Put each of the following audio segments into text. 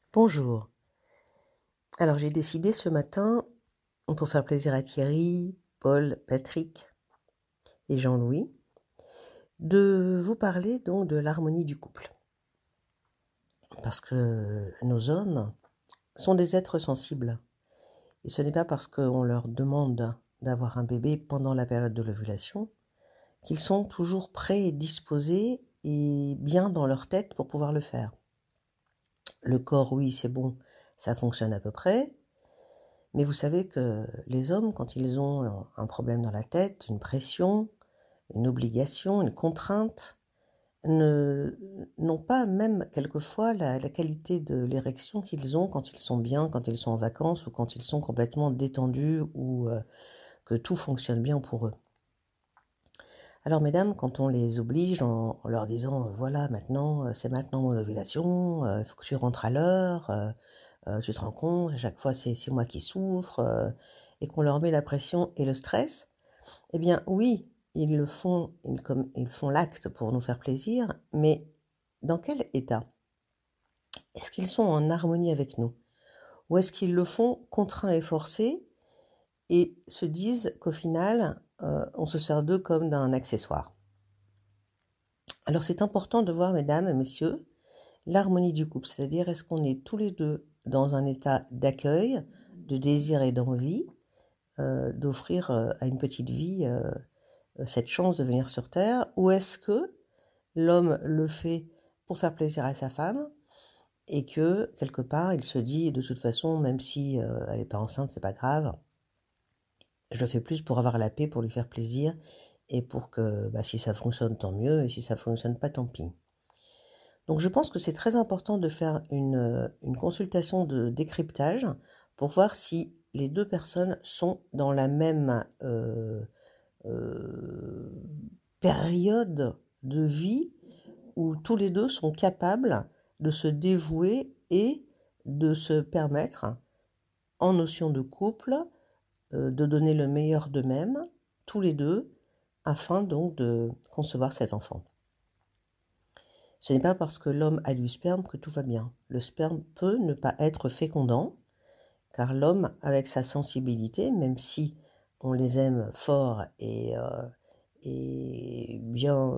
Bonjour. Alors j'ai décidé ce matin, pour faire plaisir à Thierry, Paul, Patrick et Jean-Louis, de vous parler donc de l'harmonie du couple. Parce que nos hommes sont des êtres sensibles. Et ce n'est pas parce qu'on leur demande d'avoir un bébé pendant la période de l'ovulation qu'ils sont toujours prêts et disposés et bien dans leur tête pour pouvoir le faire. Le corps, oui, c'est bon, ça fonctionne à peu près. Mais vous savez que les hommes, quand ils ont un problème dans la tête, une pression, une obligation, une contrainte, n'ont pas même quelquefois la qualité de l'érection qu'ils ont quand ils sont bien, quand ils sont en vacances ou quand ils sont complètement détendus ou que tout fonctionne bien pour eux. Alors mesdames, quand on les oblige en leur disant voilà maintenant, c'est maintenant mon ovulation, il faut que tu rentres à l'heure, tu te rends compte, à chaque fois c'est moi qui souffre, et qu'on leur met la pression et le stress, eh bien oui, ils le font, ils font l'acte pour nous faire plaisir, mais dans quel état? Est-ce qu'ils sont en harmonie avec nous? Ou est-ce qu'ils le font contraints et forcés et se disent qu'au final, on se sert d'eux comme d'un accessoire? Alors c'est important de voir, mesdames et messieurs, l'harmonie du couple, c'est-à-dire est-ce qu'on est tous les deux dans un état d'accueil, de désir et d'envie, d'offrir à une petite vie cette chance de venir sur Terre, ou est-ce que l'homme le fait pour faire plaisir à sa femme et que quelque part il se dit de toute façon même si elle n'est pas enceinte c'est pas grave, je le fais plus pour avoir la paix, pour lui faire plaisir et pour que si ça fonctionne tant mieux et si ça fonctionne pas tant pis. Donc je pense que c'est très important de faire une consultation de décryptage pour voir si les deux personnes sont dans la même période de vie où tous les deux sont capables de se dévouer et de se permettre, en notion de couple, de donner le meilleur d'eux-mêmes, tous les deux, afin donc de concevoir cet enfant. Ce n'est pas parce que l'homme a du sperme que tout va bien. Le sperme peut ne pas être fécondant, car l'homme, avec sa sensibilité, même si on les aime fort et bien,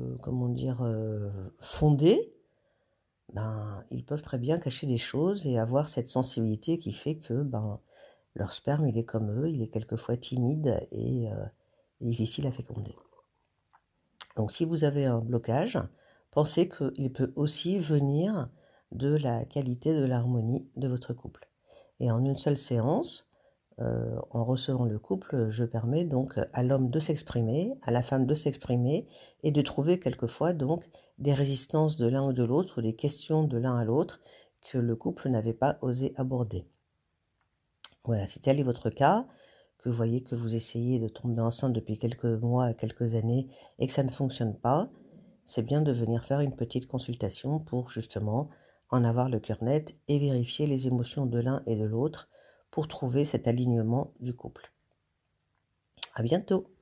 fondés, ils peuvent très bien cacher des choses et avoir cette sensibilité qui fait que leur sperme, il est comme eux, il est quelquefois timide et difficile à féconder. Donc si vous avez un blocage, pensez qu'il peut aussi venir de la qualité de l'harmonie de votre couple. Et en une seule séance, en recevant le couple, je permets donc à l'homme de s'exprimer, à la femme de s'exprimer et de trouver quelquefois donc des résistances de l'un ou de l'autre ou des questions de l'un à l'autre que le couple n'avait pas osé aborder. Voilà, si tel est votre cas, que vous voyez que vous essayez de tomber enceinte depuis quelques mois, quelques années et que ça ne fonctionne pas, c'est bien de venir faire une petite consultation pour justement en avoir le cœur net et vérifier les émotions de l'un et de l'autre pour trouver cet alignement du couple. À bientôt!